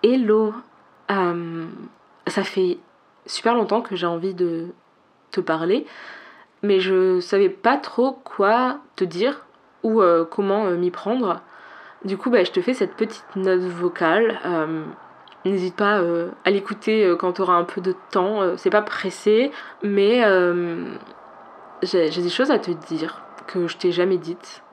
Hello, ça fait super longtemps que j'ai envie de te parler, mais je savais pas trop quoi te dire ou comment m'y prendre. Du coup, je te fais cette petite note vocale. N'hésite pas à l'écouter quand tu auras un peu de temps. C'est pas pressé, mais j'ai des choses à te dire que je t'ai jamais dites.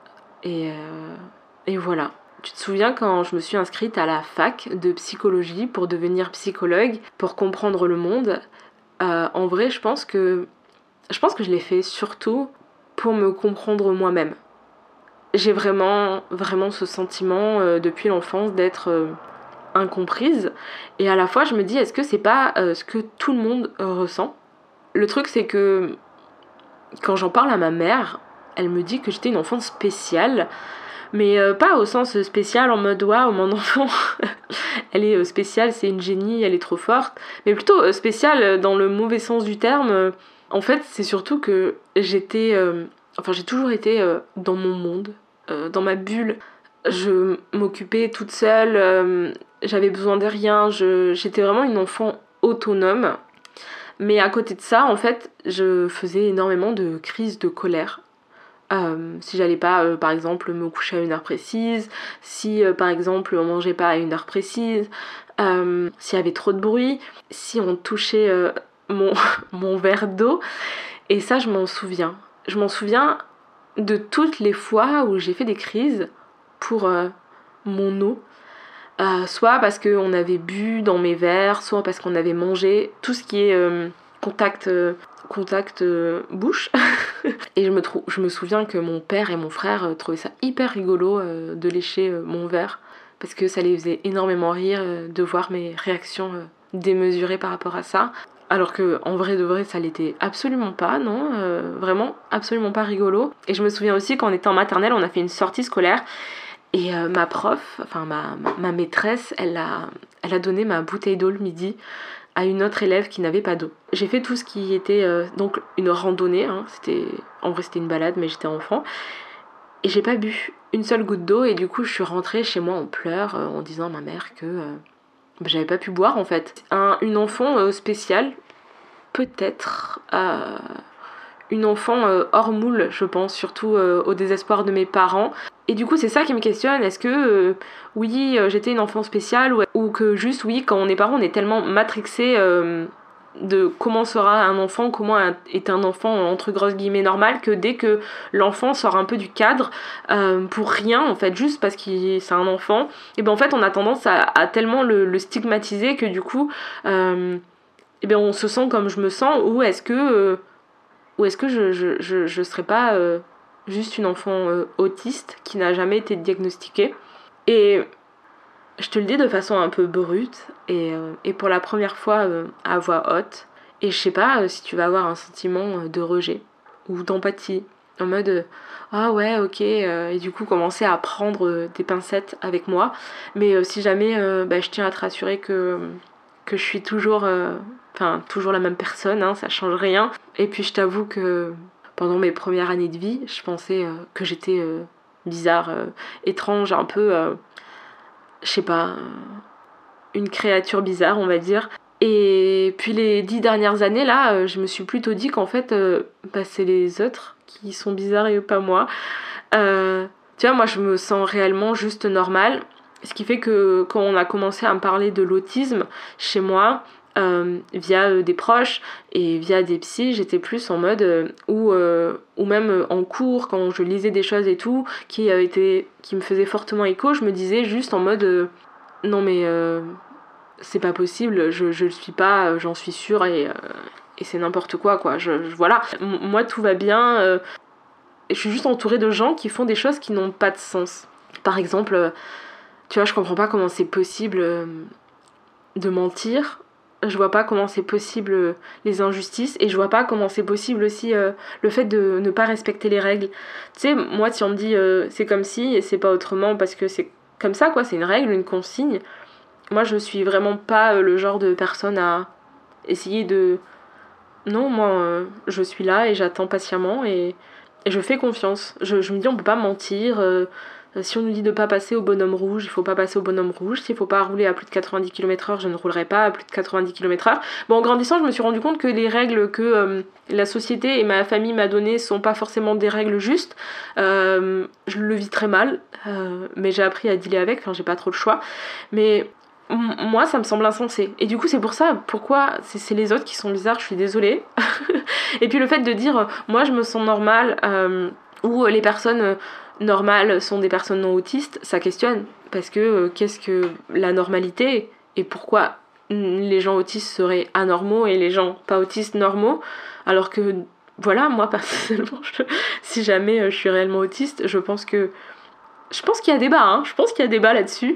Et voilà. Tu te souviens quand je me suis inscrite à la fac de psychologie pour devenir psychologue, pour comprendre le monde. En vrai, je pense que je l'ai fait surtout pour me comprendre moi-même. J'ai vraiment ce sentiment depuis l'enfance d'être incomprise. Et à la fois, je me dis, est-ce que c'est pas ce que tout le monde ressent ? Le truc, c'est que quand j'en parle à ma mère, elle me dit que j'étais une enfant spéciale. Mais pas au sens spécial en mode waouh, mon enfant, elle est spéciale, c'est une génie, elle est trop forte. Mais plutôt spéciale dans le mauvais sens du terme. En fait, c'est surtout que j'ai toujours été dans mon monde, dans ma bulle. Je m'occupais toute seule, j'avais besoin de rien, j'étais vraiment une enfant autonome. Mais à côté de ça, en fait, je faisais énormément de crises de colère. Si j'allais pas, par exemple, me coucher à une heure précise, si, par exemple, on mangeait pas à une heure précise, s'il y avait trop de bruit, si on touchait mon verre d'eau. Et ça, je m'en souviens. Je m'en souviens de toutes les fois où j'ai fait des crises pour mon eau. Soit parce qu'on avait bu dans mes verres, soit parce qu'on avait mangé. Tout ce qui est contact bouche. Et je me souviens que mon père et mon frère trouvaient ça hyper rigolo de lécher mon verre, parce que ça les faisait énormément rire de voir mes réactions démesurées par rapport à ça. Alors que en vrai de vrai, ça l'était absolument pas, non, vraiment absolument pas rigolo. Et je me souviens aussi qu'en étant en maternelle, on a fait une sortie scolaire. Et ma prof, enfin ma maîtresse, elle a donné ma bouteille d'eau le midi à une autre élève qui n'avait pas d'eau. J'ai fait tout ce qui était donc une randonnée, hein. En vrai c'était une balade, mais j'étais enfant. Et j'ai pas bu une seule goutte d'eau, et du coup je suis rentrée chez moi en pleurs en disant à ma mère que j'avais pas pu boire en fait. Une enfant spéciale, peut-être une enfant hors moule, je pense, surtout au désespoir de mes parents. Et du coup, c'est ça qui me questionne. Est-ce que, oui, j'étais une enfant spéciale, ou que juste, oui, quand on est parent, on est tellement matrixé de comment sera un enfant, comment est un enfant, entre grosses guillemets, normal, que dès que l'enfant sort un peu du cadre, pour rien, en fait, juste parce que c'est un enfant, et ben en fait, on a tendance à tellement le stigmatiser que du coup, et ben on se sent comme je me sens, ou est-ce que je serais pas juste une enfant autiste qui n'a jamais été diagnostiquée. Et je te le dis de façon un peu brute et pour la première fois à voix haute. Et je sais pas si tu vas avoir un sentiment de rejet ou d'empathie, en mode ah ouais ok, et du coup commencer à prendre des pincettes avec moi. Mais si jamais je tiens à te rassurer que je suis toujours toujours la même personne, hein, ça change rien. Et puis je t'avoue que pendant mes premières années de vie, je pensais que j'étais bizarre, étrange, un peu, je sais pas, une créature bizarre, on va dire. Et puis les 10 dernières années, là, je me suis plutôt dit qu'en fait, c'est les autres qui sont bizarres et pas moi. Tu vois, moi, je me sens réellement juste normale. Ce qui fait que quand on a commencé à me parler de l'autisme chez moi, via des proches et via des psys, j'étais plus en mode ou même en cours quand je lisais des choses et tout qui me faisaient fortement écho, je me disais juste en mode non mais c'est pas possible, je le suis pas, j'en suis sûre, et c'est n'importe quoi voilà. Moi tout va bien, je suis juste entourée de gens qui font des choses qui n'ont pas de sens. Par exemple, tu vois, je comprends pas comment c'est possible de mentir. Je vois pas comment c'est possible les injustices, et je vois pas comment c'est possible aussi le fait de ne pas respecter les règles. Tu sais, moi si on me dit c'est comme si et c'est pas autrement parce que c'est comme ça quoi, c'est une règle, une consigne. Moi je suis vraiment pas le genre de personne à essayer de... Non, moi je suis là et j'attends patiemment et je fais confiance. Je me dis on peut pas mentir, Si on nous dit de pas passer au bonhomme rouge, il faut pas passer au bonhomme rouge. S'il faut pas rouler à plus de 90 km/h, je ne roulerai pas à plus de 90 km/h. Bon, en grandissant, je me suis rendu compte que les règles que la société et ma famille m'a données sont pas forcément des règles justes. Je le vis très mal, mais j'ai appris à dealer avec, enfin j'ai pas trop le choix. Mais moi, ça me semble insensé. Et du coup, c'est pour ça, pourquoi c'est les autres qui sont bizarres, je suis désolée. Et puis le fait de dire, moi je me sens normale, ou les personnes normales sont des personnes non autistes, ça questionne. Parce que qu'est-ce que la normalité et pourquoi les gens autistes seraient anormaux et les gens pas autistes normaux, alors que voilà, moi personnellement, si jamais je suis réellement autiste, je pense qu'il y a débat, je pense qu'il y a débat là-dessus.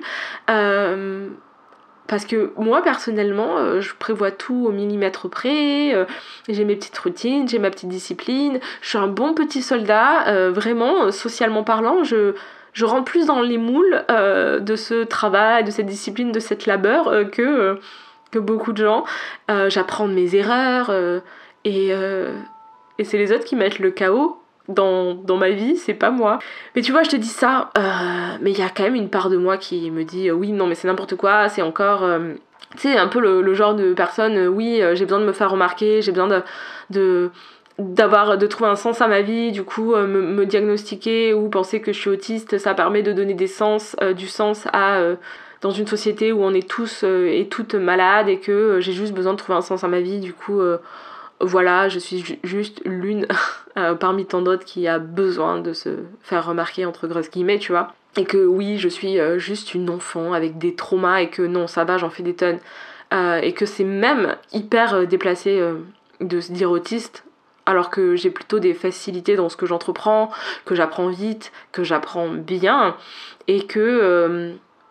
Parce que moi personnellement je prévois tout au millimètre près, j'ai mes petites routines, j'ai ma petite discipline, je suis un bon petit soldat, vraiment socialement parlant, je rentre plus dans les moules de ce travail, de cette discipline, de cette labeur que beaucoup de gens. J'apprends de mes erreurs et c'est les autres qui mettent le chaos dans ma vie, c'est pas moi. Mais tu vois, je te dis ça, mais il y a quand même une part de moi qui me dit oui, non, mais c'est n'importe quoi, c'est encore... tu sais, un peu le genre de personne, oui, j'ai besoin de me faire remarquer, j'ai besoin de trouver un sens à ma vie, du coup me diagnostiquer ou penser que je suis autiste, ça permet de donner du sens à... dans une société où on est tous et toutes malades et que j'ai juste besoin de trouver un sens à ma vie, du coup... voilà, je suis juste l'une parmi tant d'autres qui a besoin de se faire remarquer entre grosses guillemets, tu vois. Et que oui, je suis juste une enfant avec des traumas et que non, ça va, j'en fais des tonnes. Et que c'est même hyper déplacé de se dire autiste, alors que j'ai plutôt des facilités dans ce que j'entreprends, que j'apprends vite, que j'apprends bien, et que...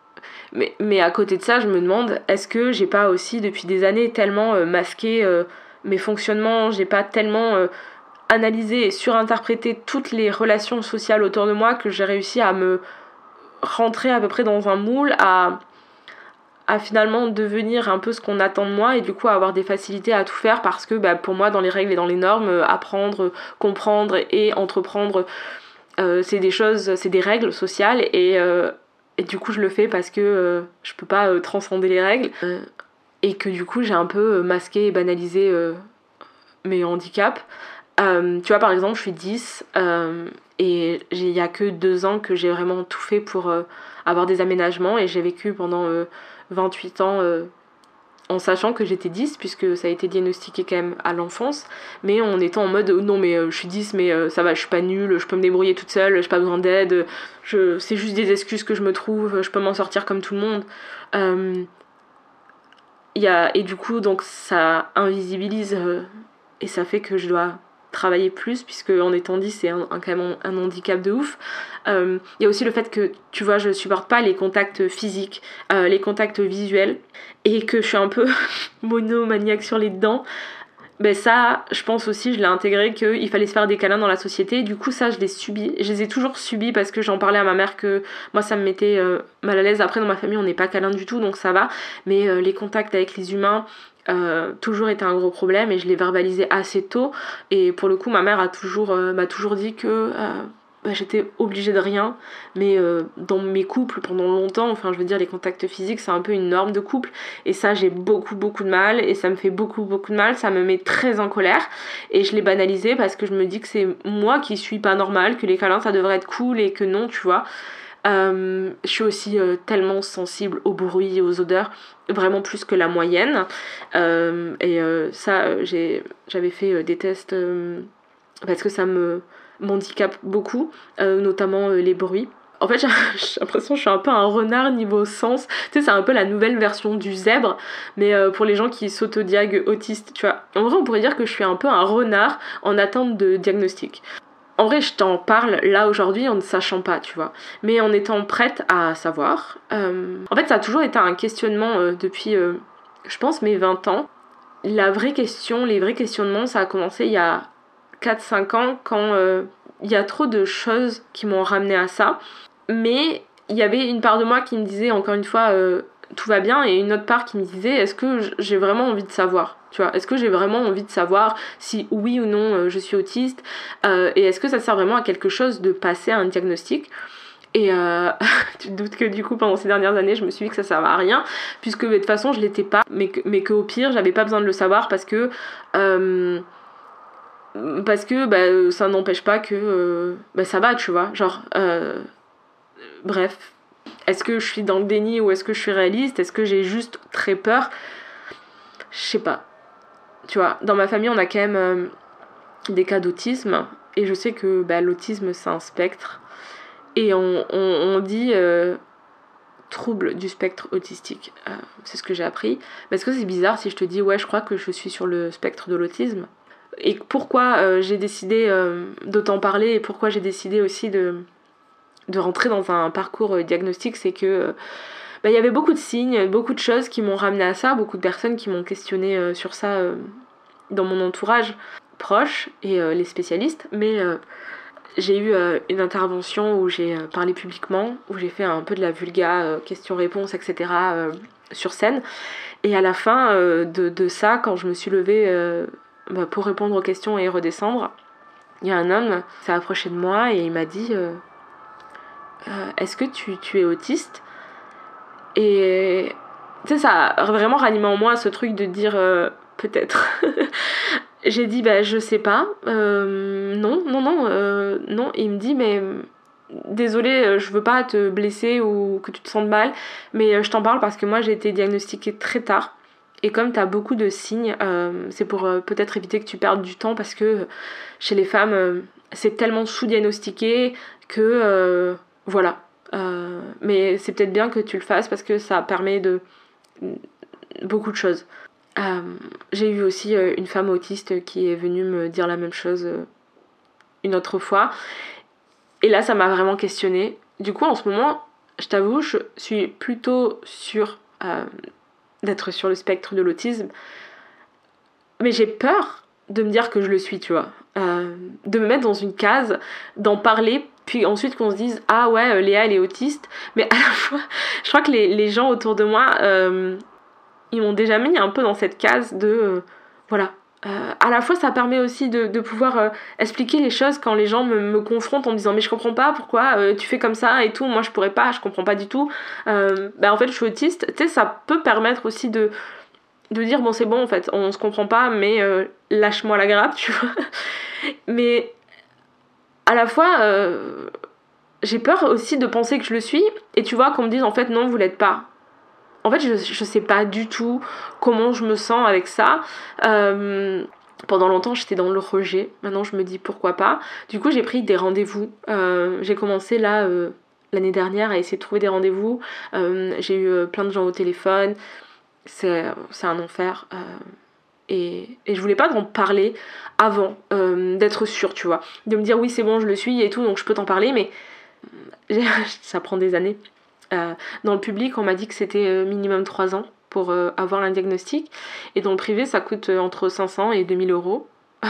mais à côté de ça, je me demande, est-ce que j'ai pas aussi depuis des années tellement masqué... mes fonctionnements, j'ai pas tellement analysé et surinterprété toutes les relations sociales autour de moi que j'ai réussi à me rentrer à peu près dans un moule, à finalement devenir un peu ce qu'on attend de moi et du coup à avoir des facilités à tout faire parce que pour moi dans les règles et dans les normes, apprendre, comprendre et entreprendre, c'est des choses, c'est des règles sociales et du coup je le fais parce que je peux pas transcender les règles. Et que du coup j'ai un peu masqué et banalisé mes handicaps. Tu vois, par exemple, je suis 10 et il y a que 2 ans que j'ai vraiment tout fait pour avoir des aménagements et j'ai vécu pendant 28 ans en sachant que j'étais 10 puisque ça a été diagnostiqué quand même à l'enfance, mais en étant en mode non mais je suis 10 mais ça va, je suis pas nulle, je peux me débrouiller toute seule, j'ai pas besoin d'aide, c'est juste des excuses que je me trouve, je peux m'en sortir comme tout le monde. Et du coup, donc ça invisibilise et ça fait que je dois travailler plus, puisque en étant 10, c'est quand même un handicap de ouf. Il y a aussi le fait que, tu vois, je supporte pas les contacts physiques, les contacts visuels, et que je suis un peu monomaniaque sur les dents. Ça, je pense aussi, je l'ai intégré qu'il fallait se faire des câlins dans la société. Du coup, ça, je l'ai subi. Je les ai toujours subis parce que j'en parlais à ma mère que moi, ça me mettait mal à l'aise. Après, dans ma famille, on n'est pas câlin du tout, donc ça va. Mais les contacts avec les humains, toujours été un gros problème et je l'ai verbalisé assez tôt. Et pour le coup, ma mère m'a toujours dit que j'étais obligée de rien. Mais dans mes couples, pendant longtemps, enfin, je veux dire, les contacts physiques, c'est un peu une norme de couple. Et ça, j'ai beaucoup de mal et ça me fait beaucoup de mal. Ça me met très en colère et je l'ai banalisé parce que je me dis que c'est moi qui suis pas normale, que les câlins, ça devrait être cool et que non, tu vois. Je suis aussi tellement sensible au bruit et aux odeurs, vraiment plus que la moyenne. J'avais fait des tests parce que ça m'handicape beaucoup, notamment les bruits. En fait, j'ai l'impression que je suis un peu un renard niveau sens. Tu sais, c'est un peu la nouvelle version du zèbre, mais pour les gens qui s'autodiaguent autistes, tu vois. En vrai, on pourrait dire que je suis un peu un renard en attente de diagnostic. En vrai, je t'en parle là aujourd'hui en ne sachant pas, tu vois. Mais en étant prête à savoir. En fait, ça a toujours été un questionnement depuis, je pense, mes 20 ans. Les vrais questionnements, ça a commencé il y a 4-5 ans quand il y a trop de choses qui m'ont ramené à ça. Mais il y avait une part de moi qui me disait, encore une fois, tout va bien, et une autre part qui me disait, est-ce que j'ai vraiment envie de savoir ? Tu vois, est-ce que j'ai vraiment envie de savoir si oui ou non je suis autiste, et est-ce que ça sert vraiment à quelque chose de passer à un diagnostic ? Et tu te doutes que du coup pendant ces dernières années je me suis dit que ça servait à rien, puisque de toute façon je l'étais pas, mais qu'au pire j'avais pas besoin de le savoir parce que ça n'empêche pas que ça va, tu vois, genre bref. Est-ce que je suis dans le déni ou est-ce que je suis réaliste? Est-ce que j'ai juste très peur? Je sais pas. Tu vois, dans ma famille, on a quand même des cas d'autisme. Et je sais que l'autisme, c'est un spectre. Et on dit trouble du spectre autistique. C'est ce que j'ai appris. Mais est-ce que c'est bizarre si je te dis, ouais, je crois que je suis sur le spectre de l'autisme? Et pourquoi j'ai décidé de t'en parler et pourquoi j'ai décidé aussi de rentrer dans un parcours diagnostique, c'est que il y avait beaucoup de signes, beaucoup de choses qui m'ont ramené à ça, beaucoup de personnes qui m'ont questionné sur ça dans mon entourage proche et les spécialistes, mais j'ai eu une intervention où j'ai parlé publiquement, où j'ai fait un peu de la vulga, questions-réponses, etc. Sur scène, et à la fin de ça, quand je me suis levée pour répondre aux questions et redescendre, il y a un homme qui s'est approché de moi et il m'a dit est-ce que tu es autiste? Et tu sais, ça a vraiment ranimé en moi ce truc de dire peut-être. J'ai dit je sais pas, non. Et il me dit mais désolé, je veux pas te blesser ou que tu te sentes mal, mais je t'en parle parce que moi j'ai été diagnostiquée très tard. Et comme t'as beaucoup de signes, c'est pour peut-être éviter que tu perdes du temps, parce que chez les femmes, c'est tellement sous-diagnostiqué que voilà. Mais c'est peut-être bien que tu le fasses parce que ça permet de beaucoup de choses. J'ai eu aussi une femme autiste qui est venue me dire la même chose une autre fois. Et là, ça m'a vraiment questionnée. Du coup, en ce moment, je t'avoue, je suis plutôt sûre d'être sur le spectre de l'autisme. Mais j'ai peur de me dire que je le suis, tu vois. De me mettre dans une case, d'en parler, puis ensuite qu'on se dise « Ah ouais, Léa, elle est autiste ». Mais à la fois, je crois que les gens autour de moi, ils m'ont déjà mis un peu dans cette case de... voilà. À la fois, ça permet aussi de pouvoir expliquer les choses quand les gens me confrontent en me disant « Mais je comprends pas pourquoi tu fais comme ça et tout, moi je pourrais pas, je comprends pas du tout. » En fait, je suis autiste. Tu sais, ça peut permettre aussi de dire bon c'est bon en fait on se comprend pas mais lâche-moi la grappe, tu vois. Mais à la fois j'ai peur aussi de penser que je le suis, et tu vois qu'on me dise en fait non vous l'êtes pas. En fait je sais pas du tout comment je me sens avec ça. Pendant longtemps j'étais dans le rejet, maintenant je me dis pourquoi pas. Du coup j'ai pris des rendez-vous, j'ai commencé là l'année dernière à essayer de trouver des rendez-vous. J'ai eu plein de gens au téléphone. C'est un enfer. Et je voulais pas en parler avant d'être sûre, tu vois. De me dire oui, c'est bon, je le suis et tout, donc je peux t'en parler, mais ça prend des années. Dans le public, on m'a dit que c'était minimum 3 ans pour avoir un diagnostic. Et dans le privé, ça coûte entre 500 et 2000 euros.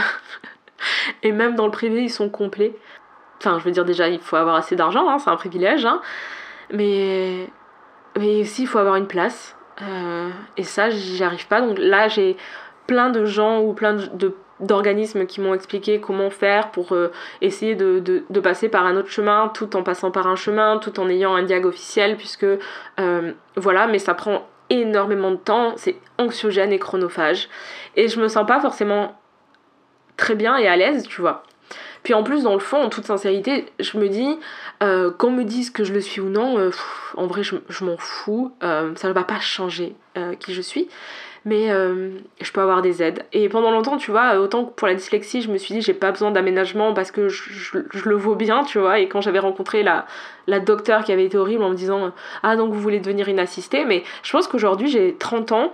Et même dans le privé, ils sont complets. Enfin, je veux dire, déjà, il faut avoir assez d'argent, hein, c'est un privilège. Hein. Mais aussi, il faut avoir une place. Et ça j'y arrive pas, donc là j'ai plein de gens ou plein d'organismes qui m'ont expliqué comment faire pour essayer de passer par un autre chemin tout en passant par un chemin, tout en ayant un diag officiel, puisque voilà, mais ça prend énormément de temps, c'est anxiogène et chronophage et je me sens pas forcément très bien et à l'aise, tu vois. Puis en plus, dans le fond, en toute sincérité, je me dis, qu'on me dise que je le suis ou non, en vrai, je m'en fous. Ça ne va pas changer qui je suis. Mais je peux avoir des aides. Et pendant longtemps, tu vois, autant que pour la dyslexie, je me suis dit, j'ai pas besoin d'aménagement parce que je le vaux bien, tu vois. Et quand j'avais rencontré la docteure qui avait été horrible en me disant, ah, donc vous voulez devenir une assistée. Mais je pense qu'aujourd'hui, j'ai 30 ans.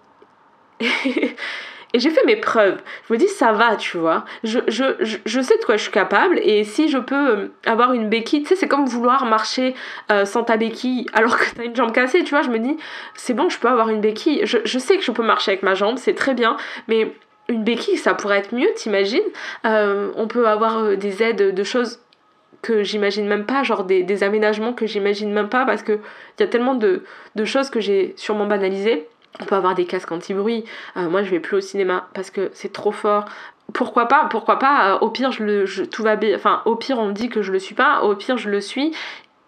Et j'ai fait mes preuves. Je me dis, ça va, tu vois. Je sais de quoi je suis capable. Et si je peux avoir une béquille, tu sais, c'est comme vouloir marcher sans ta béquille alors que t'as une jambe cassée, tu vois. Je me dis, c'est bon, je peux avoir une béquille. Je sais que je peux marcher avec ma jambe, c'est très bien. Mais une béquille, ça pourrait être mieux, t'imagines. On peut avoir des aides de choses que j'imagine même pas, genre des aménagements que j'imagine même pas, parce qu'il y a tellement de choses que j'ai sûrement banalisées. On peut avoir des casques anti-bruit. Moi, je vais plus au cinéma parce que c'est trop fort. Pourquoi pas, au pire, tout va bien. Enfin, au pire, on me dit que je le suis pas. Au pire, je le suis.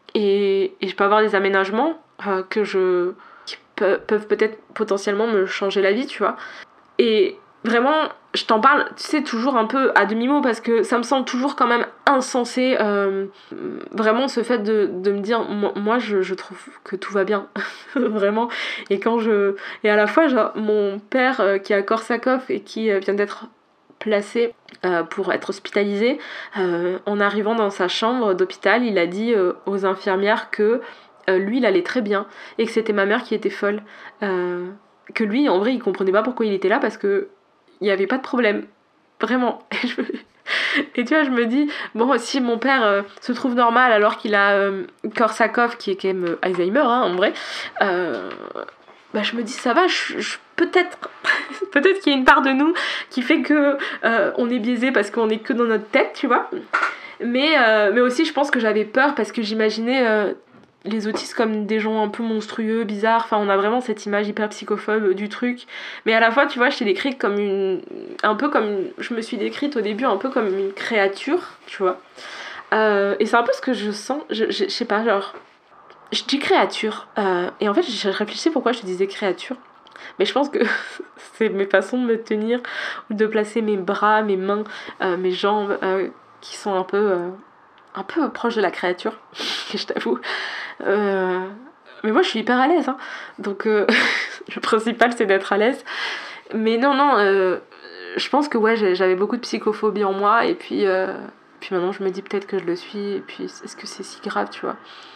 et je peux avoir des aménagements qui peuvent peut-être potentiellement me changer la vie, tu vois. Et vraiment, je t'en parle, tu sais, toujours un peu à demi-mot parce que ça me semble toujours quand même insensé, vraiment ce fait de me dire, moi je trouve que tout va bien, vraiment. Et à la fois, genre, mon père qui est à Korsakoff et qui vient d'être placé pour être hospitalisé, en arrivant dans sa chambre d'hôpital, il a dit aux infirmières que lui il allait très bien et que c'était ma mère qui était folle. Que lui en vrai il comprenait pas pourquoi il était là parce que il n'y avait pas de problème. Vraiment. Et tu vois, je me dis, bon, si mon père se trouve normal alors qu'il a Korsakoff, qui est quand même Alzheimer, hein, en vrai, bah, je me dis, ça va, peut-être peut-être qu'il y a une part de nous qui fait que on est biaisé parce qu'on est que dans notre tête, tu vois. Mais aussi, je pense que j'avais peur parce que j'imaginais les autistes comme des gens un peu monstrueux, bizarres. Enfin, on a vraiment cette image hyper psychophobe du truc. Mais à la fois, tu vois, je t'ai décrite comme je me suis décrite au début un peu comme une créature, tu vois. Et c'est un peu ce que je sens. Je sais pas, genre. Je dis créature. Et en fait, je réfléchissais pourquoi je disais créature. Mais je pense que c'est mes façons de me tenir, ou de placer mes bras, mes mains, mes jambes, qui sont un peu proches de la créature, je t'avoue. Mais moi je suis hyper à l'aise, hein. Donc le principal c'est d'être à l'aise. Mais non, je pense que ouais, j'avais beaucoup de psychophobie en moi et puis maintenant je me dis peut-être que je le suis et puis est-ce que c'est si grave, tu vois.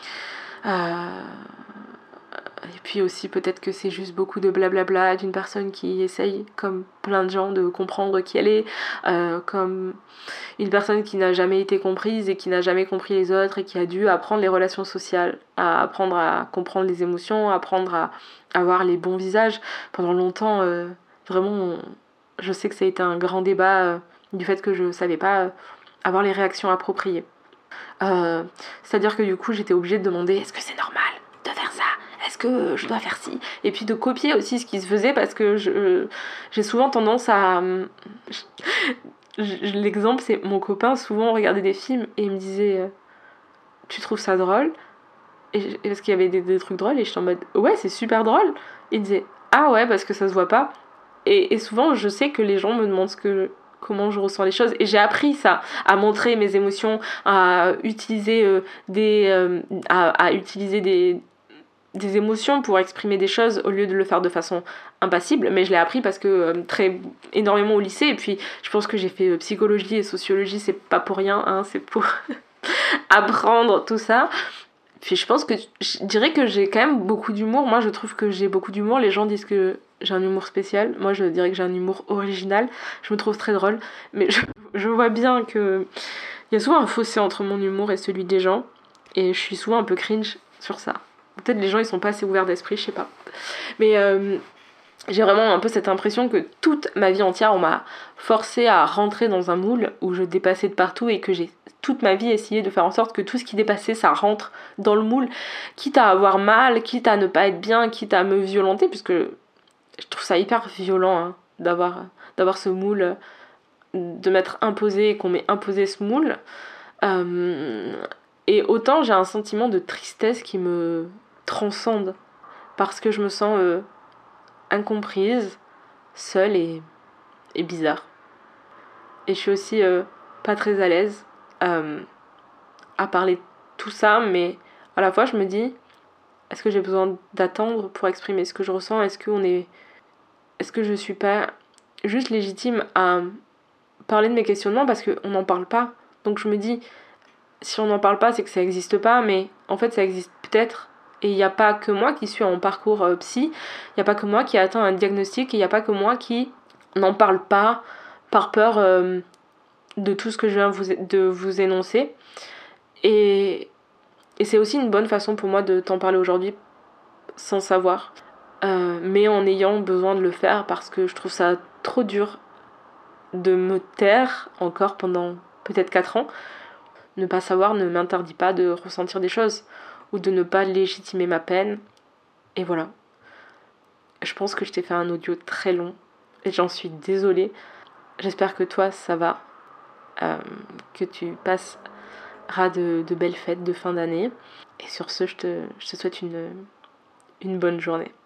Et puis aussi peut-être que c'est juste beaucoup de blablabla d'une personne qui essaye, comme plein de gens, de comprendre qui elle est, comme une personne qui n'a jamais été comprise et qui n'a jamais compris les autres et qui a dû apprendre les relations sociales, à apprendre à comprendre les émotions, apprendre à avoir les bons visages. Pendant longtemps, vraiment, je sais que ça a été un grand débat du fait que je savais pas avoir les réactions appropriées. C'est-à-dire que du coup j'étais obligée de demander est-ce que c'est normal de faire ça, est-ce que je dois faire ci, et puis de copier aussi ce qui se faisait parce que j'ai souvent tendance à l'exemple c'est mon copain souvent regardait des films et il me disait tu trouves ça drôle, et parce qu'il y avait des trucs drôles et j'étais en mode ouais c'est super drôle, il me disait ah ouais parce que ça se voit pas, et souvent je sais que les gens me demandent comment je ressens les choses et j'ai appris ça, à montrer mes émotions, à utiliser des émotions pour exprimer des choses au lieu de le faire de façon impassible. Mais je l'ai appris parce que énormément au lycée, et puis je pense que j'ai fait psychologie et sociologie, c'est pas pour rien, hein, c'est pour apprendre tout ça. Puis je pense que je dirais que j'ai quand même beaucoup d'humour. Moi je trouve que j'ai beaucoup d'humour. Les gens disent que j'ai un humour spécial. Moi je dirais que j'ai un humour original. Je me trouve très drôle. Mais je vois bien que il y a souvent un fossé entre mon humour et celui des gens. Et je suis souvent un peu cringe sur ça. Peut-être les gens ils sont pas assez ouverts d'esprit, je sais pas. Mais j'ai vraiment un peu cette impression que toute ma vie entière on m'a forcé à rentrer dans un moule où je dépassais de partout et que j'ai toute ma vie essayé de faire en sorte que tout ce qui dépassait ça rentre dans le moule, quitte à avoir mal, quitte à ne pas être bien, quitte à me violenter, puisque je trouve ça hyper violent hein, d'avoir ce moule, de m'être imposé et qu'on m'ait imposé ce moule. Et autant j'ai un sentiment de tristesse qui me transcende parce que je me sens incomprise, seule et bizarre. Et je suis aussi pas très à l'aise à parler de tout ça, mais à la fois je me dis est-ce que j'ai besoin d'attendre pour exprimer ce que je ressens, est-ce que je suis pas juste légitime à parler de mes questionnements parce qu'on n'en parle pas. Donc je me dis si on n'en parle pas c'est que ça n'existe pas, mais en fait ça existe peut-être. Et il n'y a pas que moi qui suis en parcours psy, il n'y a pas que moi qui ai atteint un diagnostic, et il n'y a pas que moi qui n'en parle pas par peur de tout ce que je viens de vous énoncer. Et c'est aussi une bonne façon pour moi de t'en parler aujourd'hui sans savoir, mais en ayant besoin de le faire parce que je trouve ça trop dur de me taire encore pendant peut-être 4 ans. Ne pas savoir ne m'interdit pas de ressentir des choses ou de ne pas légitimer ma peine. Et voilà. Je pense que je t'ai fait un audio très long et j'en suis désolée. J'espère que toi ça va, que tu passeras de belles fêtes de fin d'année. Et sur ce, je te souhaite une bonne journée.